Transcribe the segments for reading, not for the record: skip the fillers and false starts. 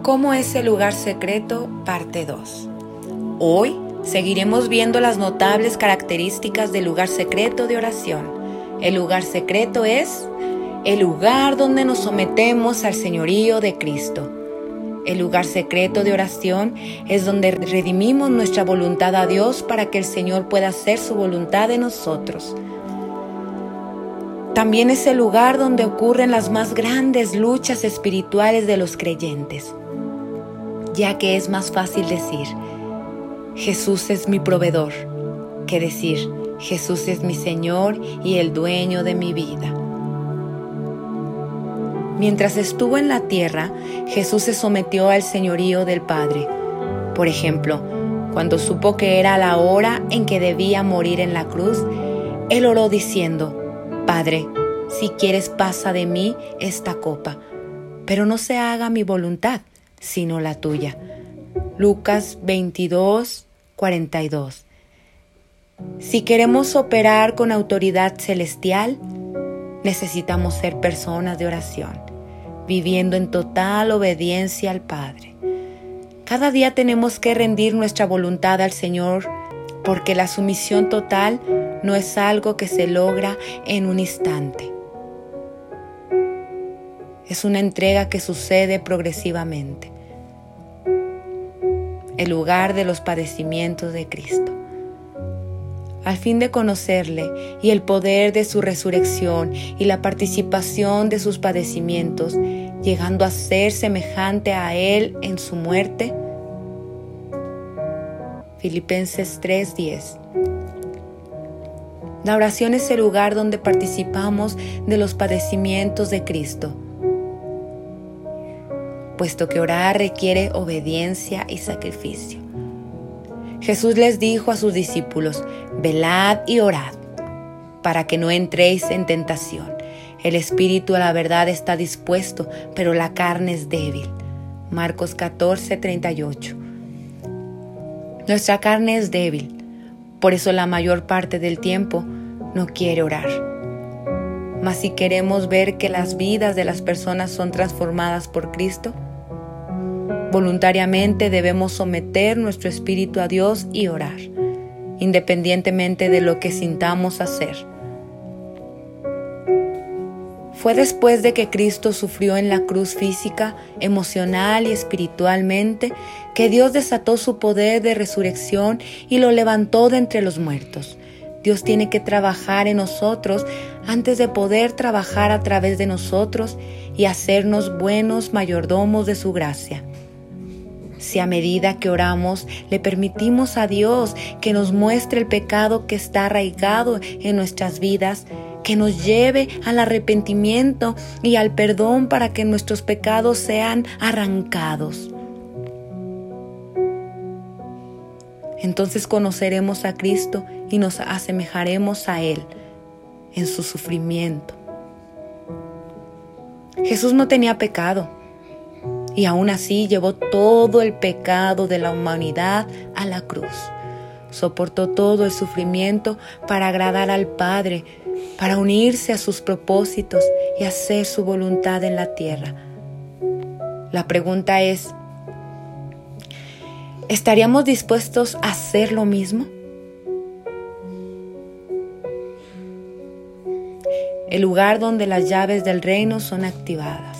¿Cómo es el lugar secreto? Parte 2. Hoy seguiremos viendo las notables características del lugar secreto de oración. El lugar secreto es el lugar donde nos sometemos al señorío de Cristo. El lugar secreto de oración es donde redimimos nuestra voluntad a Dios para que el Señor pueda hacer su voluntad en nosotros. También es el lugar donde ocurren las más grandes luchas espirituales de los creyentes, ya que es más fácil decir, Jesús es mi proveedor, que decir, Jesús es mi Señor y el dueño de mi vida. Mientras estuvo en la tierra, Jesús se sometió al señorío del Padre. Por ejemplo, cuando supo que era la hora en que debía morir en la cruz, Él oró diciendo, Padre, si quieres pasa de mí esta copa, pero no se haga mi voluntad, sino la tuya. Lucas 22:42. Si queremos operar con autoridad celestial, necesitamos ser personas de oración, viviendo en total obediencia al Padre. Cada día tenemos que rendir nuestra voluntad al Señor, porque la sumisión total no es algo que se logra en un instante. Es una entrega que sucede progresivamente. El lugar de los padecimientos de Cristo. Al fin de conocerle y el poder de su resurrección y la participación de sus padecimientos, llegando a ser semejante a Él en su muerte. Filipenses 3:10. La oración es el lugar donde participamos de los padecimientos de Cristo, puesto que orar requiere obediencia y sacrificio. Jesús les dijo a sus discípulos, velad y orad, para que no entréis en tentación. El espíritu a la verdad está dispuesto, pero la carne es débil. Marcos 14:38. Nuestra carne es débil, por eso la mayor parte del tiempo no quiere orar. Mas si queremos ver que las vidas de las personas son transformadas por Cristo, voluntariamente debemos someter nuestro espíritu a Dios y orar, independientemente de lo que sintamos hacer. Fue después de que Cristo sufrió en la cruz física, emocional y espiritualmente que Dios desató su poder de resurrección y lo levantó de entre los muertos. Dios tiene que trabajar en nosotros antes de poder trabajar a través de nosotros y hacernos buenos mayordomos de su gracia. Si a medida que oramos le permitimos a Dios que nos muestre el pecado que está arraigado en nuestras vidas, que nos lleve al arrepentimiento y al perdón para que nuestros pecados sean arrancados, entonces conoceremos a Cristo y nos asemejaremos a Él en su sufrimiento. Jesús no tenía pecado y aún así llevó todo el pecado de la humanidad a la cruz. Soportó todo el sufrimiento para agradar al Padre, para unirse a sus propósitos y hacer su voluntad en la tierra. La pregunta es, ¿estaríamos dispuestos a hacer lo mismo? El lugar donde las llaves del reino son activadas.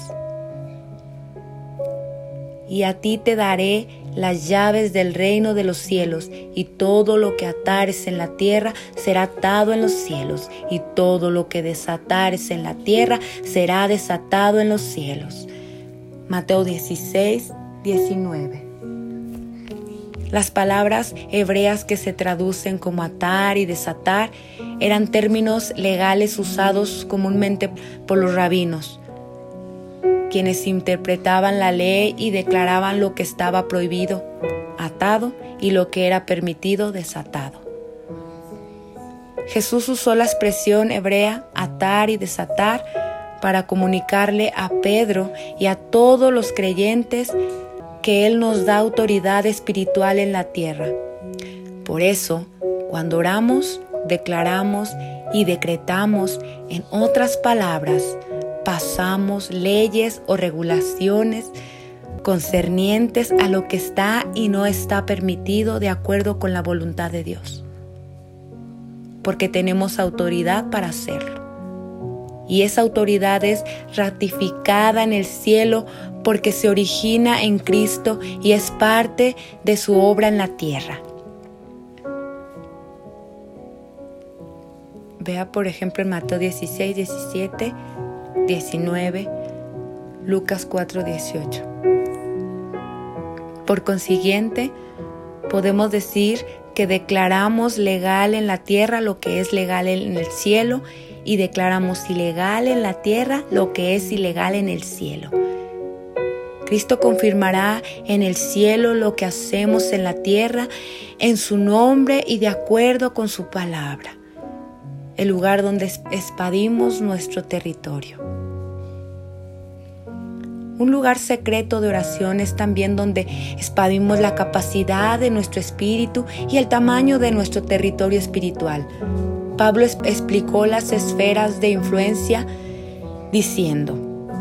Y a ti te daré las llaves del reino de los cielos, y todo lo que atares en la tierra será atado en los cielos, y todo lo que desatares en la tierra será desatado en los cielos. Mateo 16:19. Las palabras hebreas que se traducen como atar y desatar eran términos legales usados comúnmente por los rabinos, quienes interpretaban la ley y declaraban lo que estaba prohibido, atado, y lo que era permitido, desatado. Jesús usó la expresión hebrea atar y desatar para comunicarle a Pedro y a todos los creyentes que Él nos da autoridad espiritual en la tierra. Por eso, cuando oramos, declaramos y decretamos, en otras palabras, pasamos leyes o regulaciones concernientes a lo que está y no está permitido de acuerdo con la voluntad de Dios, porque tenemos autoridad para hacerlo. Y esa autoridad es ratificada en el cielo porque se origina en Cristo y es parte de su obra en la tierra. Vea, por ejemplo, en Mateo 16, 17, 19, Lucas 4, 18. Por consiguiente, podemos decir que declaramos legal en la tierra lo que es legal en el cielo y declaramos ilegal en la tierra lo que es ilegal en el cielo. Cristo confirmará en el cielo lo que hacemos en la tierra en su nombre y de acuerdo con su palabra, el lugar donde expandimos nuestro territorio. Un lugar secreto de oración es también donde expandimos la capacidad de nuestro espíritu y el tamaño de nuestro territorio espiritual. Pablo explicó las esferas de influencia diciendo: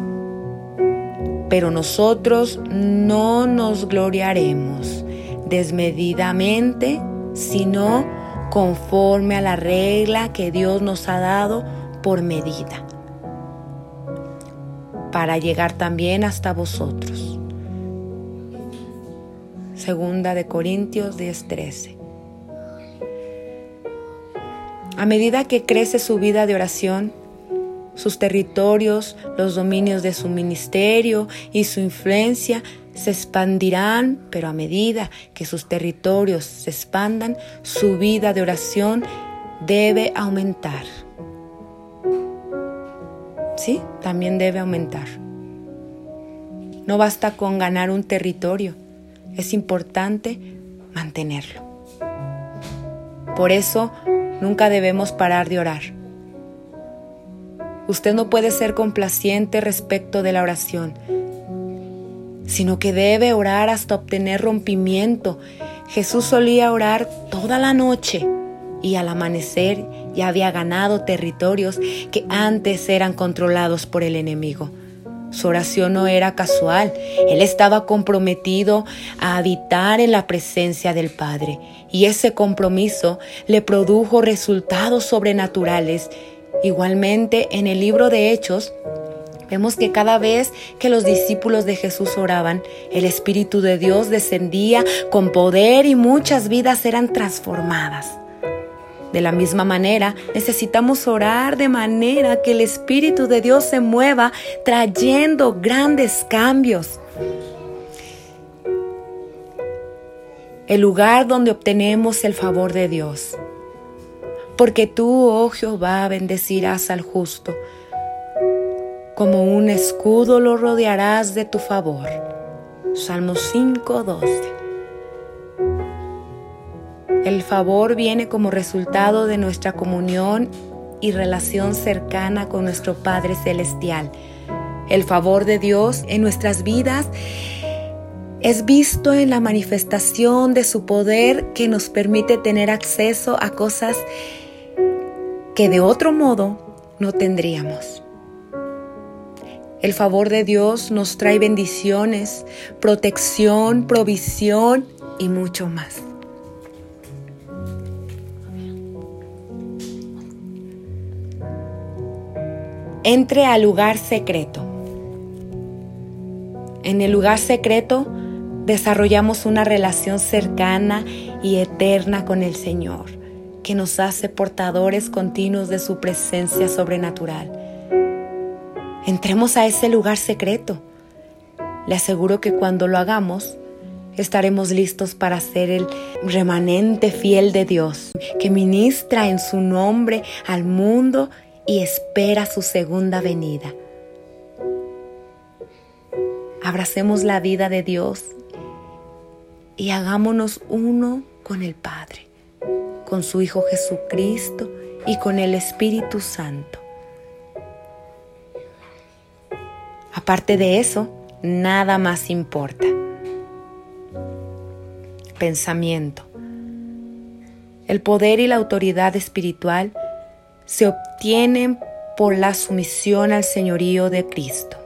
pero nosotros no nos gloriaremos desmedidamente, sino conforme a la regla que Dios nos ha dado por medida, para llegar también hasta vosotros. Segunda de Corintios 10:13. A medida que crece su vida de oración, sus territorios, los dominios de su ministerio y su influencia se expandirán, pero a medida que sus territorios se expandan, su vida de oración debe aumentar. Sí, también debe aumentar. No basta con ganar un territorio, es importante mantenerlo. Por eso, nunca debemos parar de orar. Usted no puede ser complaciente respecto de la oración, sino que debe orar hasta obtener rompimiento. Jesús solía orar toda la noche y al amanecer ya había ganado territorios que antes eran controlados por el enemigo. Su oración no era casual, él estaba comprometido a habitar en la presencia del Padre, y ese compromiso le produjo resultados sobrenaturales. Igualmente, en el libro de Hechos, vemos que cada vez que los discípulos de Jesús oraban, el Espíritu de Dios descendía con poder y muchas vidas eran transformadas. De la misma manera, necesitamos orar de manera que el Espíritu de Dios se mueva, trayendo grandes cambios. El lugar donde obtenemos el favor de Dios. Porque tú, oh Jehová, bendecirás al justo. Como un escudo lo rodearás de tu favor. Salmos 5:12. El favor viene como resultado de nuestra comunión y relación cercana con nuestro Padre Celestial. El favor de Dios en nuestras vidas es visto en la manifestación de su poder que nos permite tener acceso a cosas que de otro modo no tendríamos. El favor de Dios nos trae bendiciones, protección, provisión y mucho más. Entre al lugar secreto. En el lugar secreto desarrollamos una relación cercana y eterna con el Señor, que nos hace portadores continuos de su presencia sobrenatural. Entremos a ese lugar secreto. Le aseguro que cuando lo hagamos, estaremos listos para ser el remanente fiel de Dios, que ministra en su nombre al mundo y espera su segunda venida. Abracemos la vida de Dios y hagámonos uno con el Padre, con su Hijo Jesucristo y con el Espíritu Santo. Aparte de eso, nada más importa. Pensamiento. El poder y la autoridad espiritual se obtienen por la sumisión al señorío de Cristo.